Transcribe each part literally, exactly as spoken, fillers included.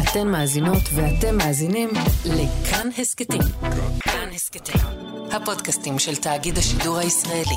אתן מאזינות ואתם מאזינים לכאן הסקטים. כאן הסקטים, הפודקאסטים של תאגיד השידור הישראלי.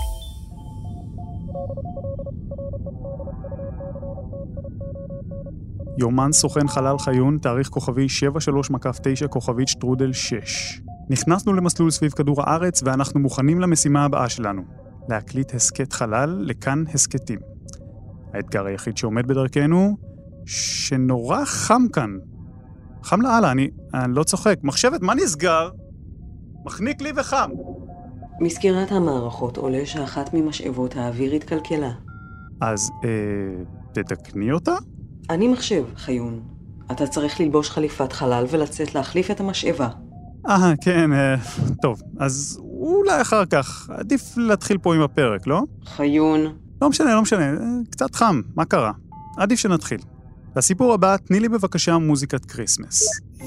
יומן סוכן חלל חיון, תאריך כוכבי שבע שלוש תשע כוכבית שטרודל שש. נכנסנו למסלול סביב כדור הארץ ואנחנו מוכנים למשימה הבאה שלנו, להקליט הסקט חלל לכאן הסקטים. האתגר היחיד שעומד בדרכנו, שנורא חם כאן. חם לאללה, אני, אני לא צוחק. מחשבת, מה נסגר? מחניק לי וחם. מסקירת המערכות עולה שאחת ממשאבות האוויר התקלקלה. אז, אה, תתקני אותה? אני מחשב, חיון. אתה צריך ללבוש חליפת חלל ולצאת להחליף את המשאבה. אה, כן, אה, טוב. אז אולי אחר כך. עדיף להתחיל פה עם הפרק, לא? חיון. לא משנה, לא משנה. קצת חם. מה קרה? עדיף שנתחיל. לסיפור הבא, תני לי בבקשה מוזיקת קריסמס.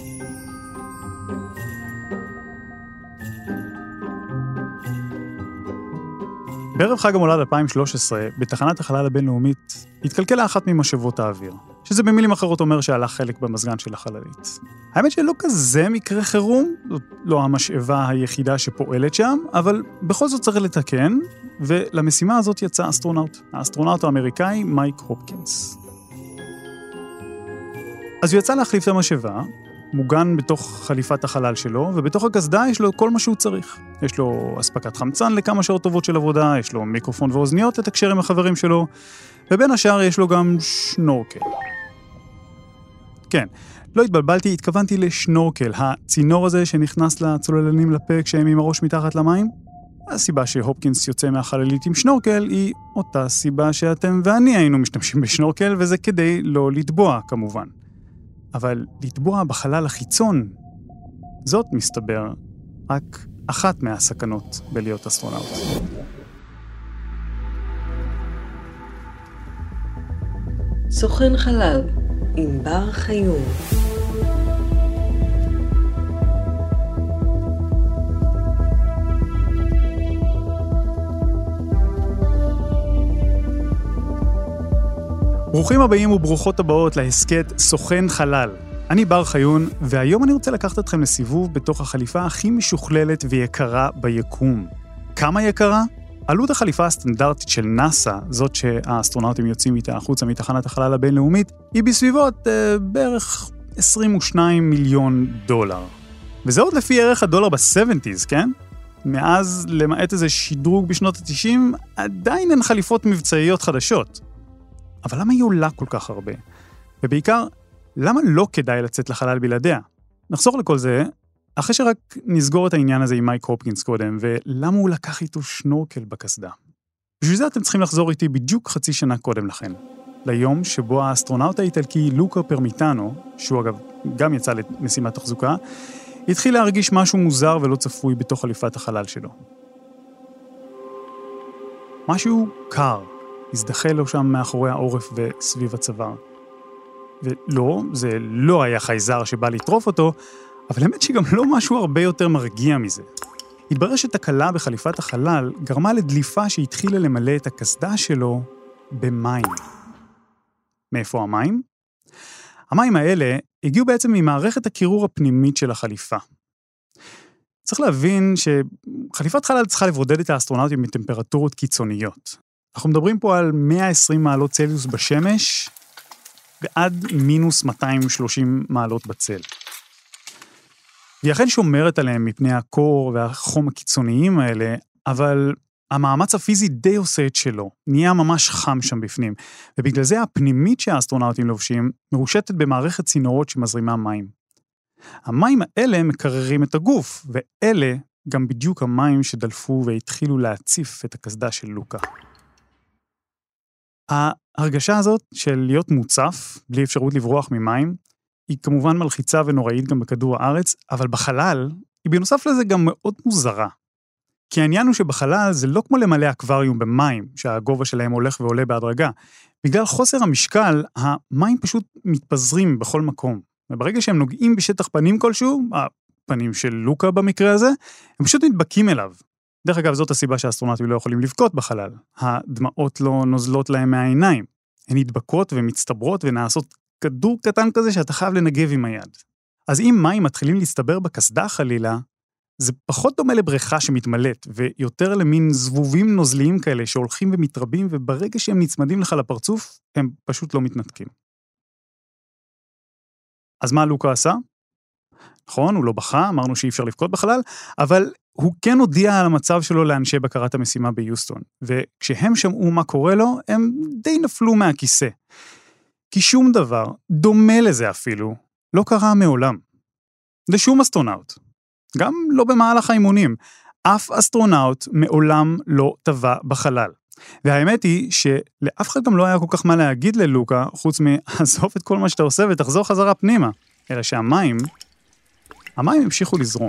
בערב חג המולד אלפיים ושלוש עשרה, בתחנת החלל הבינלאומית, התקלקלה אחת ממשאבות האוויר, שזה במילים אחרות אומר שהלך חלק במזגן של החללית. האמת שלא כזה מקרה חירום, זאת לא המשאבה היחידה שפועלת שם, אבל בכל זאת צריך לתקן, ולמשימה הזאת יצא אסטרונאוט, האסטרונאוט האמריקאי מייק הופקינס. אז הוא יצא להחליף את המשאבה, מוגן בתוך חליפת החלל שלו, ובתוך הקסדה יש לו כל מה שהוא צריך. יש לו אספקת חמצן לכמה שעות טובות של עבודה, יש לו מיקרופון ואוזניות לתקשר עם החברים שלו, ובין השאר יש לו גם שנורקל. כן, לא התבלבלתי, התכוונתי לשנורקל, הצינור הזה שנכנס לצוללנים לפה כשהם עם הראש מתחת למים. הסיבה שהופקינס יוצא מהחללית עם שנורקל היא אותה סיבה שאתם ואני היינו משתמשים בשנורקל, וזה כדי לא לטבוע כמובן. אבל לטבוע בחלל החיצון, זאת מסתבר רק אחת מהסכנות בלהיות אסטרונאוט. סוכן חלל, ענבר חיון. ברוכים הבאים וברוכות הבאות להסקט סוכן חלל. אני בר חיון, והיום אני רוצה לקחת אתכם לסיבוב בתוך החליפה הכי משוכללת ויקרה ביקום. כמה יקרה? עלות החליפה הסטנדרטית של נאסא, זאת שהאסטרונאוטים יוצאים איתה החוצה מתחנת החלל הבינלאומית, היא בסביבות אה, בערך עשרים ושניים מיליון דולר. וזה עוד לפי ערך הדולר ב-שבעים, כן? מאז, למעט איזה שדרוג בשנות ה-תשעים, עדיין הן חליפות מבצעיות חדשות. אבל למה היא עולה כל כך הרבה? ובעיקר, למה לא כדאי לצאת לחלל בלעדיה? נחזור לכל זה, אחרי שרק נסגור את העניין הזה עם מייק הופקינס קודם, ולמה הוא לקח איתו שנורקל בקסדה. בשביל זה אתם צריכים לחזור איתי בדיוק חצי שנה קודם לכן, ליום שבו האסטרונאוט האיטלקי לוקה פרמיטנו, שהוא אגב גם יצא למשימת תחזוקה, התחיל להרגיש משהו מוזר ולא צפוי בתוך חליפת החלל שלו. משהו קר. הזדחה לו שם מאחורי העורף וסביב הצוואר. ולא, זה לא היה חייזר שבא לטרוף אותו, אבל האמת שגם לא משהו הרבה יותר מרגיע מזה. התברר שתקלה בחליפת החלל גרמה לדליפה שהתחילה למלא את הקסדה שלו במים. מאיפה המים? המים האלה הגיעו בעצם ממערכת הקירור הפנימית של החליפה. צריך להבין שחליפת חלל צריכה לבודד את האסטרונאוטים מטמפרטורות קיצוניות. אנחנו מדברים פה על מאה ועשרים מעלות צלזיוס בשמש, ועד מינוס מאתיים ושלושים מעלות בצל. היא אכן שומרת עליהם מפני הקור והחום הקיצוניים האלה, אבל המאמץ הפיזי די עושה את שלו, נהיה ממש חם שם בפנים, ובגלל זה הפנימית שהאסטרונאוטים לובשים, מרושתת במערכת צינורות שמזרימה מים. המים האלה מקררים את הגוף, ואלה גם בדיוק המים שדלפו והתחילו להציף את הקסדה של לוקה. ההרגשה הזאת של להיות מוצף, בלי אפשרות לברוח ממים, היא כמובן מלחיצה ונוראית גם בכדור הארץ, אבל בחלל, היא בנוסף לזה גם מאוד מוזרה. כי העניין הוא שבחלל זה לא כמו למלא אקווריום במים, שהגובה שלהם הולך ועולה בהדרגה. בגלל חוסר המשקל, המים פשוט מתפזרים בכל מקום. וברגע שהם נוגעים בשטח פנים כלשהו, הפנים של לוקה במקרה הזה, הם פשוט נדבקים אליו. דרך אגב, זאת הסיבה שהאסטרונאוטים לא יכולים לבכות בחלל. הדמעות לא נוזלות להם מהעיניים. הן נדבקות ומצטברות ונעשות כדור קטן כזה שאתה חייב לנגב עם היד. אז אם מים מתחילים להסתבר בקסדה חלילה, זה פחות דומה לבריכה שמתמלאת, ויותר למין זבובים נוזליים כאלה שהולכים ומתרבים, וברגע שהם נצמדים לך לפרצוף, הם פשוט לא מתנתקים. אז מה לוקה עשה? נכון, הוא לא בכה, אמרנו שאי אפשר לבכות בחלל, אבל הוא כן הודיע על המצב שלו לאנשי בקרת המשימה ביוסטון, וכשהם שמעו מה קורה לו, הם די נפלו מהכיסא. כי שום דבר, דומה לזה אפילו, לא קרה מעולם. לשום אסטרונאוט. גם לא במהלך האימונים. אף אסטרונאוט מעולם לא טבע בחלל. והאמת היא שלאף אחד גם לא היה כל כך מה להגיד ללוקה, חוץ מעזוב את כל מה שאתה עושה ותחזור חזרה פנימה. אלא שהמים, המים המשיכו לזרום.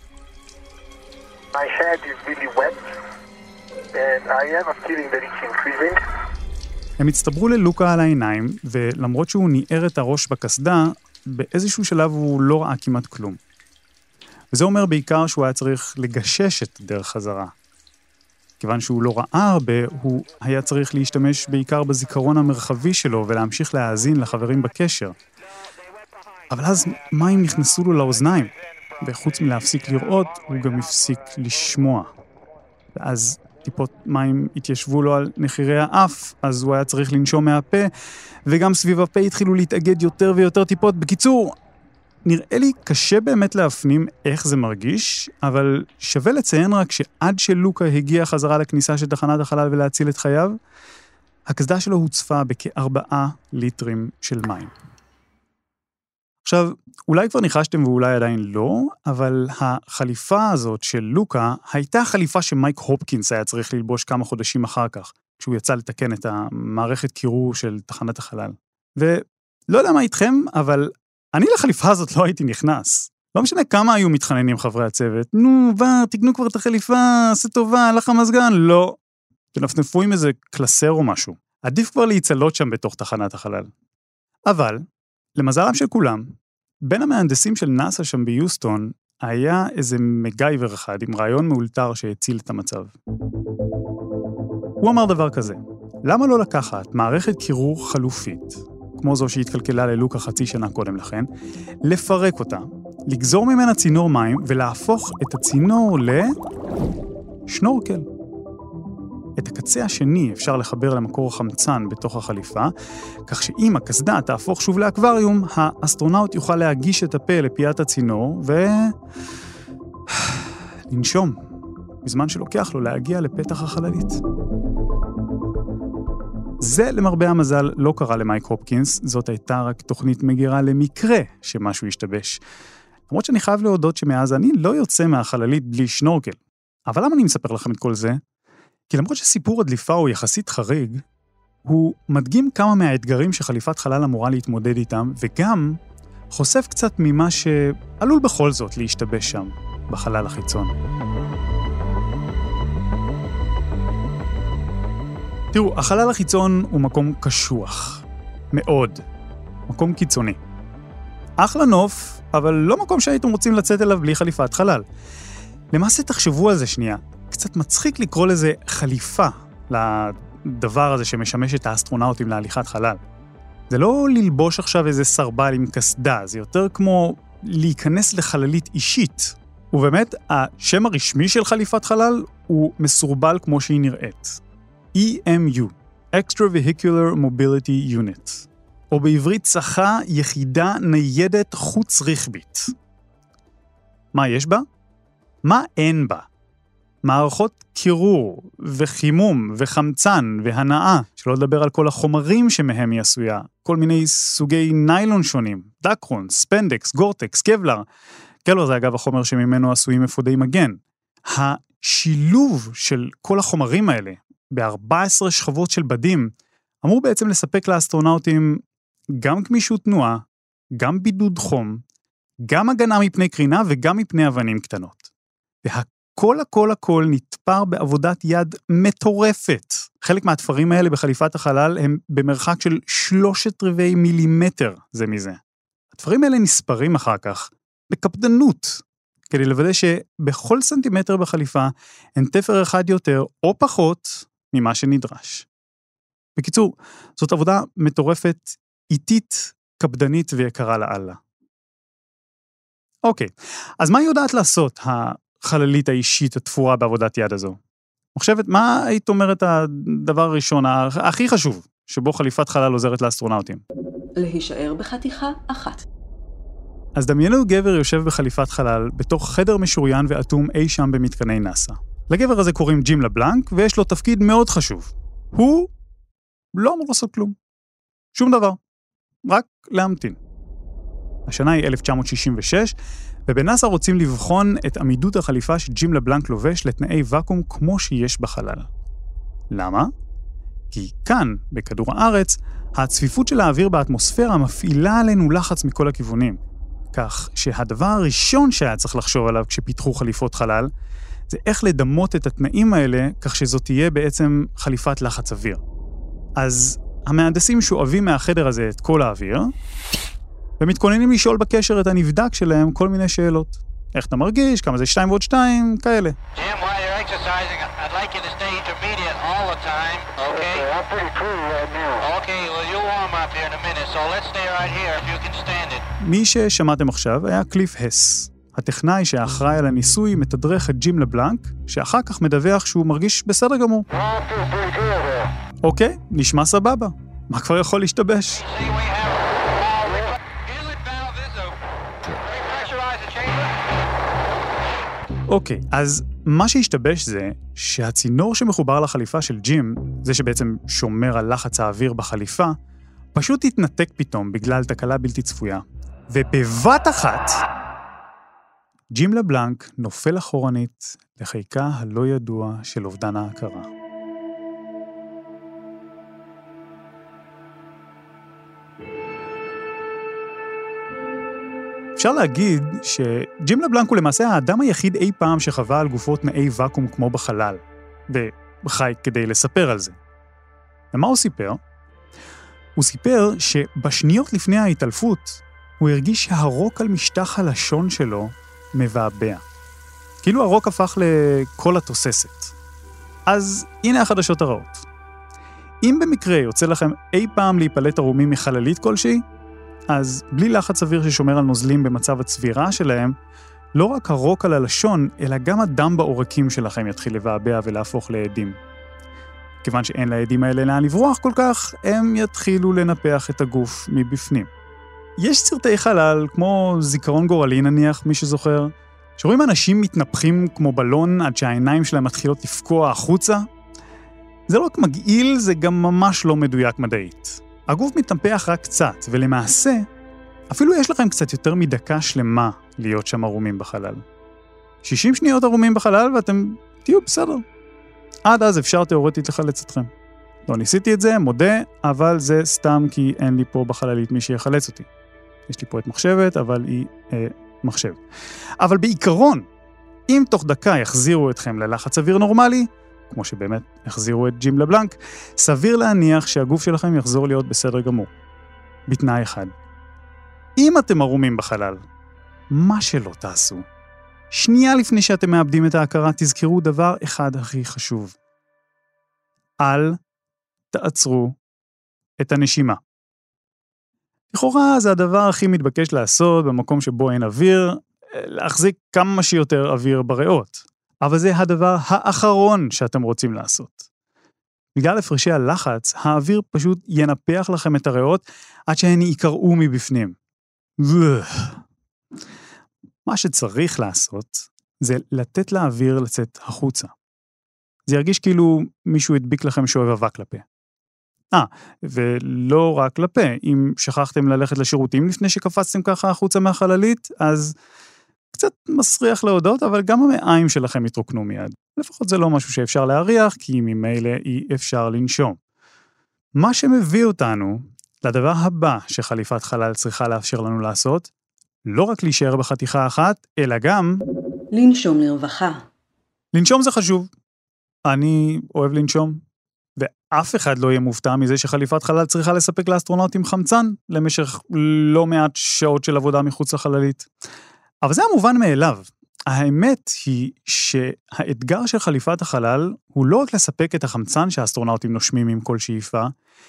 My head is really wet, and I have a feeling that it's increasing. הם הצטברו ללוקה על העיניים, ולמרות שהוא ניער את הראש בכסדה, באיזשהו שלב הוא לא ראה כמעט כלום. וזה אומר בעיקר שהוא היה צריך לגשש את דרך חזרה. כיוון שהוא לא ראה הרבה, הוא היה צריך להשתמש בעיקר בזיכרון המרחבי שלו, ולהמשיך להאזין לחברים בקשר. אבל אז מים נכנסו לו לאוזניים, וחוץ מלהפסיק לראות, הוא גם הפסיק לשמוע. ואז טיפות מים התיישבו לו על נחירי האף, אז הוא היה צריך לנשום מהפה, וגם סביב הפה התחילו להתאגד יותר ויותר טיפות. בקיצור, נראה לי קשה באמת להפנים איך זה מרגיש, אבל שווה לציין רק שעד שלוקה הגיע חזרה לכניסה של תחנת החלל ולהציל את חייו, הקסדה שלו הוצפה בכארבעה ליטרים של מים. עכשיו, אולי כבר ניחשתם ואולי עדיין לא, אבל החליפה הזאת של לוקה הייתה חליפה שמייק הופקינס היה צריך ללבוש כמה חודשים אחר כך, כשהוא יצא לתקן את המערכת קירור של תחנת החלל. ולא יודע מה איתכם, אבל אני לחליפה הזאת לא הייתי נכנס. לא משנה כמה היו מתחננים חברי הצוות. נו, בא, תקנו כבר את החליפה, עשה טובה, הלך המזגן. לא. תנפנפו עם איזה קלסר או משהו. עדיף כבר להיצלות שם בתוך תחנת החלל. אבל, למזלם של כולם, בין המהנדסים של נאסא שם ביוסטון, היה איזה מגייבר אחד עם רעיון מאולתר שהציל את המצב. הוא אמר דבר כזה, למה לא לקחת מערכת קירור חלופית, כמו זו שהתקלקלה ללוקה חצי שנה קודם לכן, לפרק אותה, לגזור ממנה צינור מים ולהפוך את הצינור לשנורקל. את הקצה השני אפשר לחבר למקור חמצן בתוך החליפה, כך שאם הקסדה תהפוך שוב לאקווריום, האסטרונאוט יוכל להגיש את הפה לפיית הצינור ו... לנשום, בזמן שלוקח לו להגיע לפתח החללית. זה למרבה המזל לא קרה למייק הופקינס, זאת הייתה רק תוכנית מגירה למקרה שמשהו ישתבש. למרות שאני חייב להודות שמאז אני לא יוצא מהחללית בלי שנורקל. אבל למה אני מספר לכם את כל זה? כי למרות שסיפור הדליפה הוא יחסית חריג, הוא מדגים כמה מהאתגרים שחליפת חלל אמורה להתמודד איתם, וגם חושף קצת ממה שעלול בכל זאת להשתבש שם, בחלל החיצון. תראו, החלל החיצון הוא מקום קשוח, מאוד, מקום קיצוני. אחלה נוף, אבל לא מקום שהייתם רוצים לצאת אליו בלי חליפת חלל. למעשה תחשבו על זה שנייה, קצת מצחיק לקרוא לזה חליפה, לדבר הזה שמשמש את האסטרונאוטים להליכת חלל. זה לא ללבוש עכשיו איזה סרבל עם קסדה, זה יותר כמו להיכנס לחללית אישית. ובאמת, השם הרשמי של חליפת חלל הוא מסורבל כמו שהיא נראית. E M U, Extravehicular Mobility Unit, או בעברית צחה יחידה ניידת חוץ רכבית. מה יש בה? מה אין בה? מערכות קירור וחימום וחמצן והנאה, שלא לדבר על כל החומרים שמהם היא עשויה, כל מיני סוגי ניילון שונים, דקרון, ספנדקס, גורטקס, קבלר. קבלר זה אגב החומר שממנו עשויים אפודי מגן. השילוב של כל החומרים האלה, ב-ארבע עשרה שכבות של בדים, אמור בעצם לספק לאסטרונאוטים גם גמישות תנועה, גם בידוד חום, גם הגנה מפני קרינה וגם מפני אבנים קטנות. והכל הכל הכל נתפר בעבודת יד מטורפת. חלק מהתפרים האלה בחליפת החלל הם במרחק של שלושת רבעי מילימטר זה מזה. התפרים האלה נספרים אחר כך בקפדנות, כדי לוודא שבכל סנטימטר בחליפה אין תפר אחד יותר או פחות ממה שנדרש. בקיצור, זאת עבודה מטורפת, איטית קפדנית ויקרה לאללה. אוקיי, אז מה היא יודעת לעשות, החללית האישית התפורה בעבודת יד הזו? מחשבת, מה היית אומרת הדבר הראשון, הכי חשוב, שבו חליפת חלל עוזרת לאסטרונאוטים? להישאר בחתיכה אחת. אז דמיינו גבר יושב בחליפת חלל בתוך חדר משוריין ואטום אי שם במתקני נאסא. לגבר הזה קוראים ג'ים לבלנק, ויש לו תפקיד מאוד חשוב. הוא לא אמור לעשות כלום. שום דבר. רק להמתין. השנה היא אלף תשע מאות שישים ושש, ובנאסא רוצים לבחון את עמידות החליפה שג'ים לבלנק לובש לתנאי וקום כמו שיש בחלל. למה? כי כאן, בכדור הארץ, הצפיפות של האוויר באטמוספירה מפעילה עלינו לחץ מכל הכיוונים. כך שהדבר הראשון שהיה צריך לחשוב עליו כשפיתחו חליפות חלל, זה איך לדמות את התנאים האלה, כך שזאת תהיה בעצם חליפת לחץ אוויר. אז המהנדסים שואבים מהחדר הזה את כל האוויר, ומתכוננים לשאול בקשר את הנבדק שלהם כל מיני שאלות. איך אתה מרגיש? כמה זה שתיים ועוד שתיים? כאלה. Jim, while you're exercising, I'd like you to stay intermediate all the time, okay? Okay, I'm pretty cool right now. Okay, well, you'll warm up here in a minute, so let's stay right here if you can stand it. מי ששמעתם עכשיו היה קליף הס. הטכנאי שאחראי על הניסוי מתדרך את ג'ים לבלנק, שאחר כך מדווח שהוא מרגיש בסדר גמור. Well, I feel pretty good there. אוקיי, נשמע סבבה. מה כבר יכול להשתבש? See, we have a inlet valve is open. Repressurize the chamber. אוקיי, אז מה שהשתבש זה שהצינור שמחובר לחליפה של ג'ים, זה שבעצם שומר על לחץ האוויר בחליפה, פשוט התנתק פתאום בגלל תקלה בלתי צפויה. ובבת אחת, ג'ים לבלנק נופל אחורנית לחיקה הלא ידוע של אובדן ההכרה. אפשר להגיד שג'ים לבלנק הוא למעשה האדם היחיד אי פעם שחווה על גופו תנאי וקום כמו בחלל, וחי כדי לספר על זה. ומה הוא סיפר? הוא סיפר שבשניות לפני ההתעלפות, הוא הרגיש שהרוק על משטח הלשון שלו מבעבע. כאילו הרוק הפך לכל התוססת. אז הנה החדשות הרעות. אם במקרה יוצא לכם אי פעם להיפלט ערומים מחללית כלשהי, אז בלי לחץ אוויר ששומר על נוזלים במצב הצבירה שלהם, לא רק הרוק על הלשון, אלא גם הדם בעורקים שלכם יתחיל לבעבע ולהפוך לעדים. כיוון שאין לעדים האלה לאן לברוח כל כך, הם יתחילו לנפח את הגוף מבפנים. יש סרטי חלל, כמו זיכרון גורלי נניח, מי שזוכר, שרואים אנשים מתנפחים כמו בלון עד שהעיניים שלהם מתחילות לפקוע החוצה. זה לא רק מגעיל, זה גם ממש לא מדויק מדעית. הגוף מתנפח רק קצת, ולמעשה, אפילו יש לכם קצת יותר מדקה שלמה להיות שם ערומים בחלל. שישים שניות ערומים בחלל ואתם תהיו בסדר. עד אז אפשר תיאורטית לחלץ אתכם. לא ניסיתי את זה, מודה, אבל זה סתם כי אין לי פה בחללית מי שיחלץ אותי. יש לי פה את מחשבת, אבל היא אה, מחשב. אבל בעיקרון, אם תוך דקה יחזירו אתכם ללחץ אוויר נורמלי, כמו שבאמת יחזירו את ג'ים לבלנק, סביר להניח שהגוף שלכם יחזור להיות בסדר גמור. בתנאי אחד. אם אתם ערומים בחלל, מה שלא תעשו, שנייה לפני שאתם מאבדים את ההכרה, תזכרו דבר אחד הכי חשוב. אל תעצרו את הנשימה. לכאורה זה הדבר הכי מתבקש לעשות במקום שבו אין אוויר, להחזיק כמה שיותר אוויר בריאות. אבל זה הדבר האחרון שאתם רוצים לעשות. בגלל הפרשי הלחץ, האוויר פשוט ינפח לכם את הריאות עד שהן יקראו מבפנים. מה שצריך לעשות זה לתת לאוויר לצאת החוצה. זה ירגיש כאילו מישהו הדביק לכם שואב אבק לפה. אה, ולא רק לפה, אם שכחתם ללכת לשירותים לפני שקפצתם ככה החוצה מהחללית, אז קצת מסריח להודות, אבל גם המעיים שלכם יתרוקנו מיד. לפחות זה לא משהו שאפשר להריח, כי ממילא אי אפשר לנשום. מה שמביא אותנו לדבר הבא שחליפת חלל צריכה לאפשר לנו לעשות, לא רק להישאר בחתיכה אחת, אלא גם לנשום לרווחה. לנשום זה חשוב. אני אוהב לנשום, ואף אחד לא יהיה מופתע מזה שחליפת חלל צריכה לספק לאסטרונאוטים חמצן, למשך לא מעט שעות של עבודה מחוץ לחללית. אבל זה המובן מאליו. האמת היא שהאתגר של חליפת החלל הוא לא רק לספק את החמצן שהאסטרונאוטים נושמים עם כל שאיפה,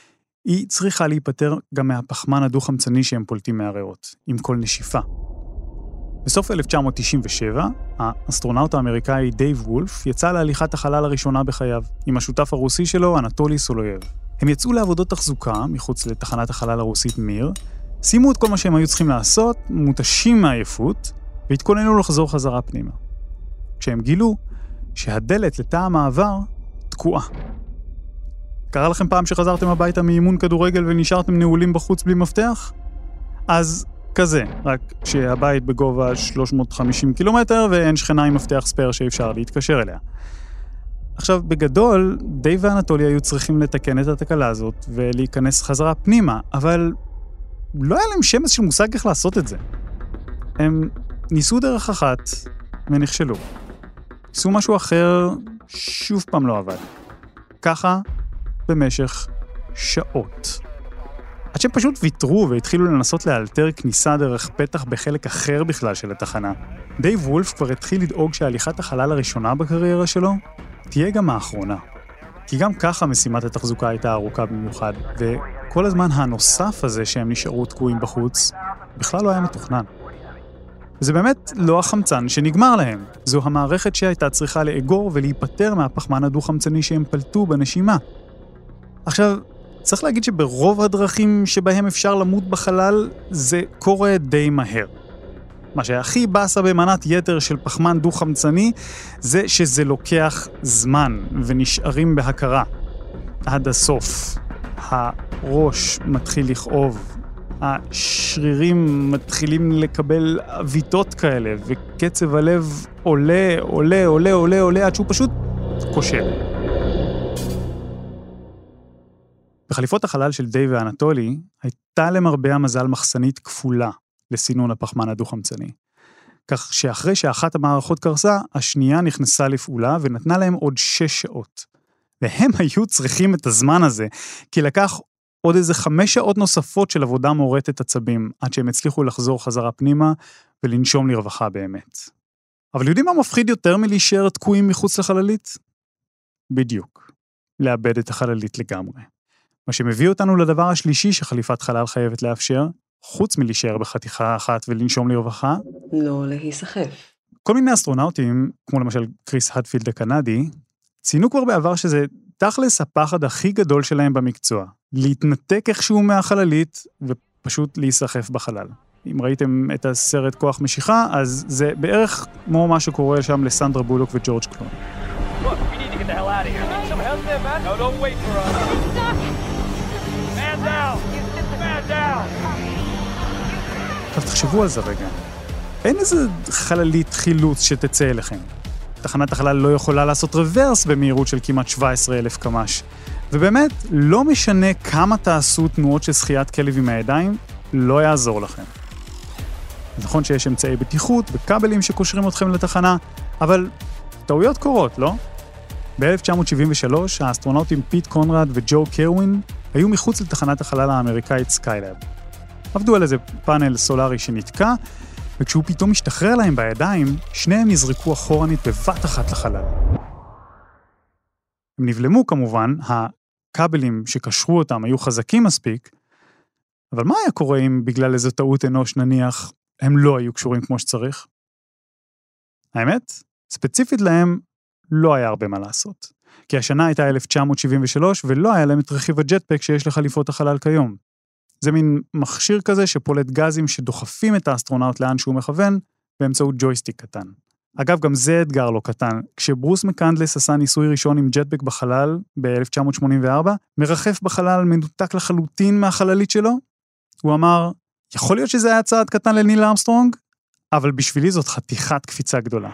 היא צריכה להיפטר גם מהפחמן הדו-חמצני שהם פולטים מהריאות, עם כל נשיפה. בסוף אלף תשע מאות תשעים ושבע, האסטרונאוט האמריקאי דייב וולף יצא להליכת החלל הראשונה בחייו, עם השותף הרוסי שלו, אנטולי סולוייב. הם יצאו לעבודות תחזוקה מחוץ לתחנת החלל הרוסית מיר, שימו את כל מה שהם היו צריכים לעשות, מותשים מעייפות, והתכוננו לחזור חזרה פנימה. כשהם גילו שהדלת לתא המעבר תקועה. קרה לכם פעם שחזרתם הביתה מאימון כדורגל ונשארתם נעולים בחוץ בלי מפתח? אז כזה, רק שהבית בגובה שלוש מאות וחמישים קילומטר ואין שכנה עם מפתח ספייר שאפשר להתקשר אליה. עכשיו, בגדול, דייב ואנטולי היו צריכים לתקן את התקלה הזאת ולהיכנס חזרה פנימה, אבל לא היה להם שמץ של מושג איך לעשות את זה. הם ניסו דרך אחת ונכשלו. ניסו משהו אחר, שוב פעם לא עבד. ככה במשך שעות. עד שהם פשוט ויתרו והתחילו לנסות לאלתר כניסה דרך פתח בחלק אחר בכלל של התחנה. דייב וולף כבר התחיל לדאוג שהליכת החלל הראשונה בקריירה שלו תהיה גם האחרונה. כי גם ככה משימת התחזוקה הייתה ארוכה במיוחד, וכל הזמן הנוסף הזה שהם נשארו תקועים בחוץ, בכלל לא היה מתוכנן. זה באמת לא החמצן שנגמר להם. זו המערכת שהייתה צריכה לאגור ולהיפטר מהפחמן הדו-חמצני שהם פלטו בנשימה. עכשיו, צריך להגיד שברוב הדרכים שבהם אפשר למות בחלל, זה קורה די מהר. מה שהכי בסה במנת יתר של פחמן דו-חמצני, זה שזה לוקח זמן ונשארים בהכרה. עד הסוף. הראש מתחיל לכאוב. השרירים מתחילים לקבל אביתות כאלה, וקצב הלב עולה, עולה, עולה, עולה, עולה, עד שהוא פשוט כושל. בחליפות החלל של דייב ואנטולי, הייתה למרבה המזל מחסנית כפולה לסינון הפחמן הדו-חמצני. כך שאחרי שאחת המערכות קרסה, השנייה נכנסה לפעולה ונתנה להם עוד שש שעות. והם היו צריכים את הזמן הזה, כי לקח עוד איזה חמש שעות נוספות של עבודה מורטת עצבים, עד שהם הצליחו לחזור חזרה פנימה ולנשום לרווחה באמת. אבל יודעים מה מפחיד יותר מלהישאר תקועים מחוץ לחללית? בדיוק. לאבד את החללית לגמרי. מה שמביא אותנו לדבר השלישי שחליפת חלל חייבת לאפשר, חוץ מלהישאר בחתיכה אחת ולנשום לרווחה, לא להיסחף. כל מיני אסטרונאוטים, כמו למשל קריס הדפילד הקנדי, ציינו כבר בעבר שזה תכלס הפחד הכי גדול שלהם במקצוע, להתנתק איכשהו מהחללית ופשוט להיסחף בחלל. אם ראיתם את הסרט כוח משיכה, אז זה בערך כמו מה שקורה שם לסנדרה בולוק וג'ורג' קלוני. Look, we need to get the hell out of here. Some help there, man? No, don't wait for us. Man down! Man down! עכשיו תחשבו על זה רגע. אין איזה חללית חילוץ שתצא אליכם. תחנת החלל לא יכולה לעשות רוורס במהירות של כמעט שבע עשרה אלף קמ"ש. ובאמת, לא משנה כמה תעשו תנועות של שחיית כלב עם הידיים, לא יעזור לכם. נכון שיש אמצעי בטיחות וכבלים שקושרים אתכם לתחנה, אבל טעויות קורות, לא? ב-אלף תשע מאות שבעים ושלוש, האסטרונאוטים פיט קונרד וג'ו קרווין היו מחוץ לתחנת החלל האמריקאית סקיילאב. עבדו על איזה פאנל סולרי שנתקע, וכשהוא פתאום השתחרר להם בידיים, שניהם נזרקו אחורנית בבת אחת לחלל. הם נבלמו כמובן, הכבלים שקשרו אותם היו חזקים מספיק, אבל מה היה קורה אם בגלל איזו טעות אנוש נניח, הם לא היו קשורים כמו שצריך? האמת, ספציפית להם לא היה הרבה מה לעשות, כי השנה הייתה אלף תשע מאות שבעים ושלוש ולא היה להם את רכיב הג'טפק שיש לחליפות החלל כיום. זה מין מכשיר כזה שפולט גזים שדוחפים את האסטרונאוט לאן שהוא מכוון באמצעות ג'ויסטיק קטן. אגב, גם זה אתגר לא קטן. כשברוס מקנדלס עשה ניסוי ראשון עם ג'טפק בחלל ב-אלף תשע מאות שמונים וארבע, מרחף בחלל מנותק לחלוטין מהחללית שלו, הוא אמר, יכול להיות שזה היה צעד קטן לניל ארמסטרונג, אבל בשבילי זאת חתיכת קפיצה גדולה.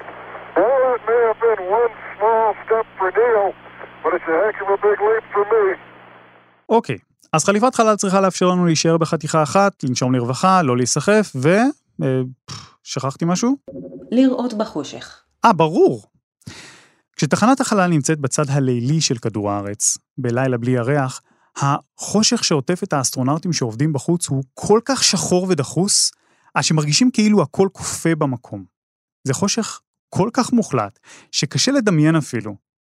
אוקיי, אז חליפת חלל צריכה לאפשר לנו להישאר בחתיכה אחת, לנשום לרווחה, לא להיסחף, ו... שכחתי משהו? לראות בחושך. אה, ברור. כשתחנת החלל נמצאת בצד הלילי של כדור הארץ, בלילה בלי ירח, החושך שעוטף את האסטרונאוטים שעובדים בחוץ הוא כל כך שחור ודחוס, עד שמרגישים כאילו הכל קופה במקום. זה חושך כל כך מוחלט, שקשה לדמיין אפילו.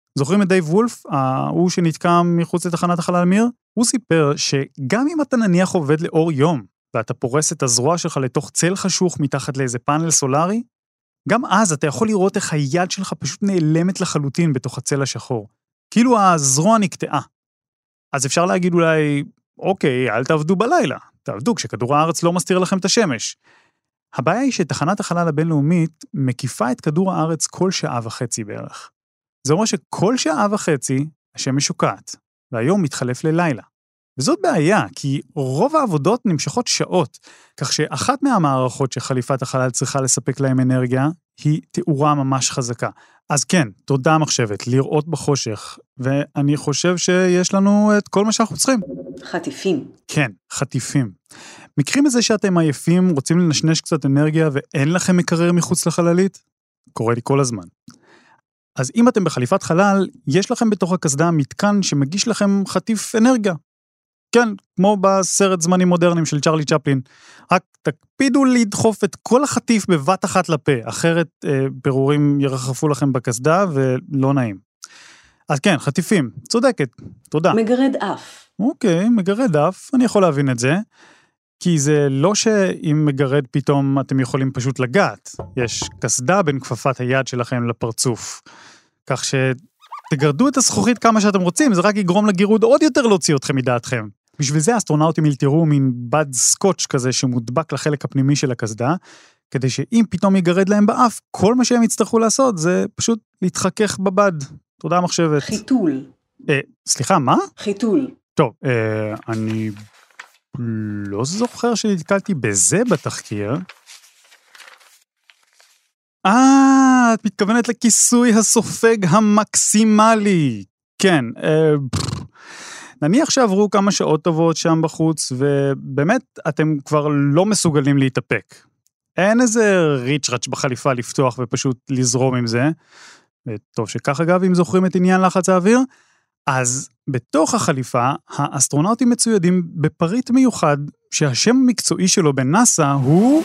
זוכרים את דייב וולף, הוא שנתקע מחוץ לתחנת החלל מיר? הוא סיפר שגם אם אתה נניח עובד לאור יום, ואתה פורס את הזרוע שלך לתוך צל חשוך מתחת לאיזה פאנל סולרי, גם אז אתה יכול לראות איך היד שלך פשוט נעלמת לחלוטין בתוך הצל השחור. כאילו הזרוע נקטעה. אז אפשר להגיד אולי, אוקיי, אל תעבדו בלילה. תעבדו כשכדור הארץ לא מסתיר לכם את השמש. הבעיה היא שתחנת החלל הבינלאומית מקיפה את כדור הארץ כל שעה וחצי בערך. זה אומר שכל שעה וחצי השמש שוקעת, והיום מתחלף ללילה. וזאת בעיה, כי רוב העבודות נמשכות שעות, כך שאחת מהמערכות שחליפת החלל צריכה לספק להם אנרגיה, היא תאורה ממש חזקה. אז כן, תודה מחשבת, לראות בחושך, ואני חושב שיש לנו את כל מה שאנחנו צריכים. חטיפים. כן, חטיפים. מקרים את זה שאתם עייפים, רוצים לנשנש קצת אנרגיה, ואין לכם מקרר מחוץ לחללית? קורה לי כל הזמן. אז אם אתם בחליפת חלל, יש לכם בתוך הקסדה מתקן שמגיש לכם חטיף אנרגיה. כן, כמו בסרט זמנים מודרניים של צ'רלי צ'פלין. רק תקפידו לדחוף את כל החטיף בבת אחת לפה, אחרת אה, פירורים ירחפו לכם בקסדה ולא נעים. אז כן, חטיפים, צודקת, תודה. מגרד אף. אוקיי, מגרד אף, אני יכול להבין את זה, כי זה לא שאם מגרד פתאום אתם יכולים פשוט לגעת, יש קסדה בין כפפת היד שלכם לפרצוף, כך שתגרדו את הזכוכית כמה שאתם רוצים, זה רק יגרום לגירוד עוד יותר להוציא אתכם מדעתכם. בשביל זה האסטרונאוטים ילתרו מין בד סקוץ' כזה שמודבק לחלק הפנימי של הקסדה, כדי שאם פתאום יגרד להם באף, כל מה שהם יצטרכו לעשות זה פשוט להתחכך בבד. תודה מחשבת. חיתול. אה, סליחה, מה? חיתול. טוב, אה, אני לא זוכר שנתקלתי בזה בתחקיר. אה, את מתכוונת לכיסוי הסופג המקסימלי. כן, אה, נניח שעברו כמה שעות טובות שם בחוץ, ובאמת אתם כבר לא מסוגלים להתאפק. אין איזה ריץ'-רץ' בחליפה לפתוח ופשוט לזרום עם זה. וטוב שכך אגב, אם זוכרים את עניין לחץ האוויר, אז בתוך החליפה, האסטרונאוטים מצוידים בפריט מיוחד, שהשם המקצועי שלו בנאסא הוא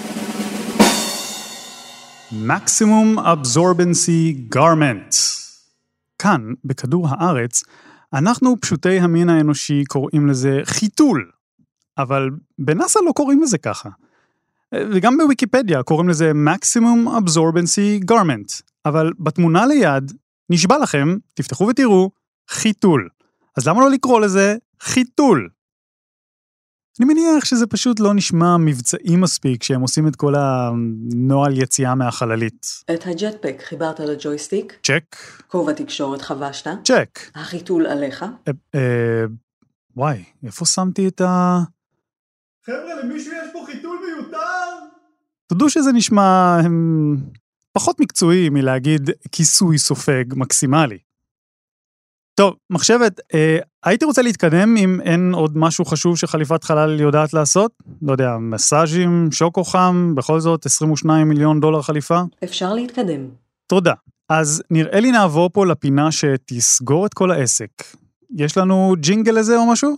Maximum Absorbency Garment. כאן, בכדור הארץ, אנחנו פשוטי המין האנושי קוראים לזה חיתול, אבל בנאסא לא קוראים לזה ככה. וגם בוויקיפדיה קוראים לזה Maximum Absorbency Garment, אבל בתמונה ליד, נשבע לכם, תפתחו ותראו, חיתול. אז למה לא לקרוא לזה חיתול? אני מניח שזה פשוט לא נשמע מבצעי מספיק שהם עושים את כל הנועל יציאה מהחללית. את הג'טפק חיברת לג'ויסטיק? צ'ק. כובע תקשורת חבשת? צ'ק. החיתול עליך? אה, אה, וואי, איפה שמתי את ה... חבר'ה, למישהו יש פה חיתול מיותר? תדעו שזה נשמע הם, פחות מקצועי מלהגיד כיסוי סופג מקסימלי. טוב, מחשבת, אה, הייתי רוצה להתקדם אם אין עוד משהו חשוב שחליפת חלל יודעת לעשות? לא יודע, מסאז'ים, שוקו חם, בכל זאת עשרים ושניים מיליון דולר חליפה? אפשר להתקדם. תודה. אז נראה לי נעבור פה לפינה שתסגור את כל העסק. יש לנו ג'ינגל לזה או משהו?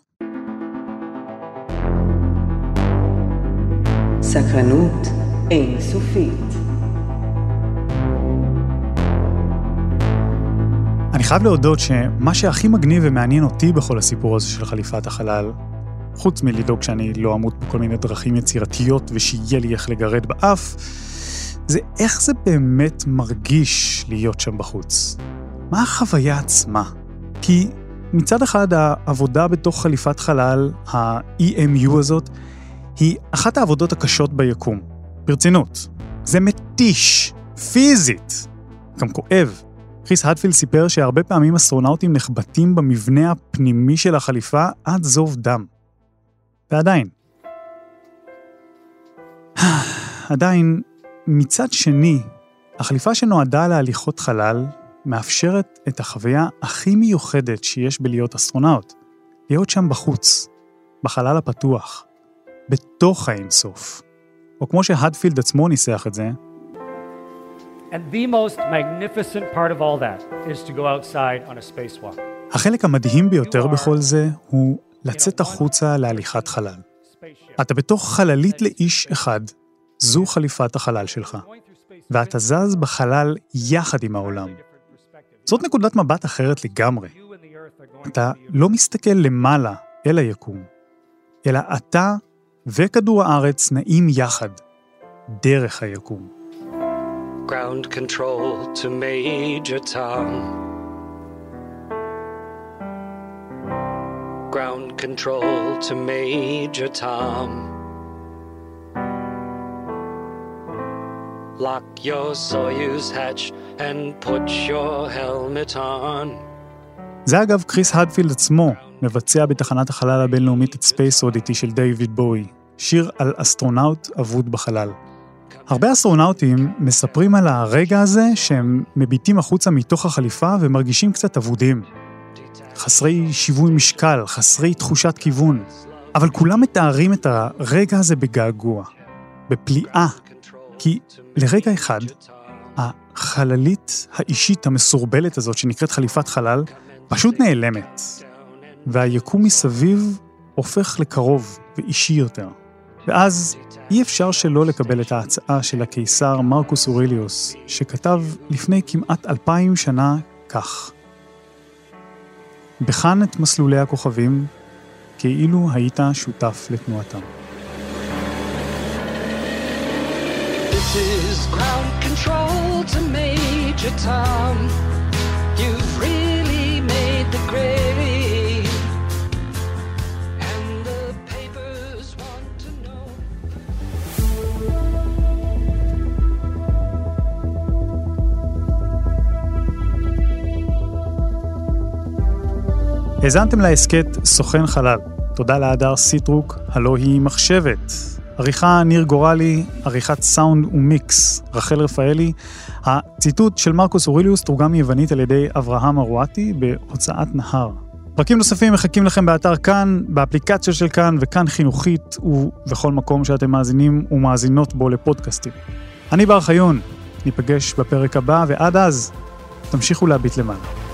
סקרנות אין סופית. אני חייב להודות שמה שהכי מגניב ומעניין אותי בכל הסיפור הזה של חליפת החלל, חוץ מלדאוג שאני לא אמות בכל מיני דרכים יצירתיות ושיהיה לי איך לגרד באף, זה איך זה באמת מרגיש להיות שם בחוץ. מה החוויה עצמה? כי מצד אחד העבודה בתוך חליפת חלל, ה-E M U הזאת, היא אחת העבודות הקשות ביקום. ברצינות. זה מתיש, פיזית. גם כואב. קריס הדפילד סיפר שהרבה פעמים אסטרונאוטים נחבטים במבנה הפנימי של החליפה עד זוב דם. ועדיין. עדיין, מצד שני, החליפה שנועדה להליכות חלל מאפשרת את החוויה הכי מיוחדת שיש בלהיות אסטרונאוט. להיות שם בחוץ, בחלל הפתוח, בתוך האינסוף. או כמו שהדפילד עצמו ניסח את זה, And the most magnificent part of all that is to go outside on a spacewalk. החלק המדהים ביותר בכל זה הוא לצאת החוצה להליכת חלל. אתה בתוך חללית לאיש אחד, זו חליפת החלל שלך. ואתה זז בחלל יחד עם העולם. זאת נקודת מבט אחרת לגמרי. אתה לא מסתכל למעלה אל היקום, אלא אתה וכדור הארץ נעים יחד, דרך היקום. Ground control to Major Tom. Ground control to Major Tom. Lock your Soyuz hatch and put your helmet on. זה אגב קריס הדפילד עצמו, מבצע בתחנת החלל הבינלאומית את ספייס אודיטי של דיוויד בואי, שיר על אסטרונאוט אבוד בחלל. הרבה אסטרונאוטים מספרים על הרגע הזה שהם מביטים החוצה מתוך החליפה ומרגישים קצת אבודים. חסרי שיווי משקל, חסרי תחושת כיוון. אבל כולם מתארים את הרגע הזה בגעגוע, בפליאה. כי לרגע אחד, החללית האישית המסורבלת הזאת שנקראת חליפת חלל, פשוט נעלמת. והיקום מסביב הופך לקרוב ואישי יותר. ואז אי אפשר שלא לקבל את ההצעה של הקיסר מרקוס אורליוס, שכתב לפני כמעט אלפיים שנה כך: בחן את מסלולי הכוכבים, כאילו היית שותף לתנועתם. This is ground control to Major Tom. You've really made the grade. And the papers want to know. הזנתם להסקט סוכן חלל. תודה להדר סיטרוק, הלא היא מחשבת. עריכה ניר גורלי, עריכת סאונד ומיקס, רחל רפאלי. הציטוט של מרקוס אורליוס תורגם מיוונית על ידי אברהם ארואטי בהוצאת נהר. פרקים נוספים מחכים לכם באתר כאן, באפליקציה של כאן וכאן חינוכית ובכל מקום שאתם מאזינים ומאזינות בו לפודקאסטים. אני בר חיון, ניפגש בפרק הבא ועד אז תמשיכו להביט למעלה.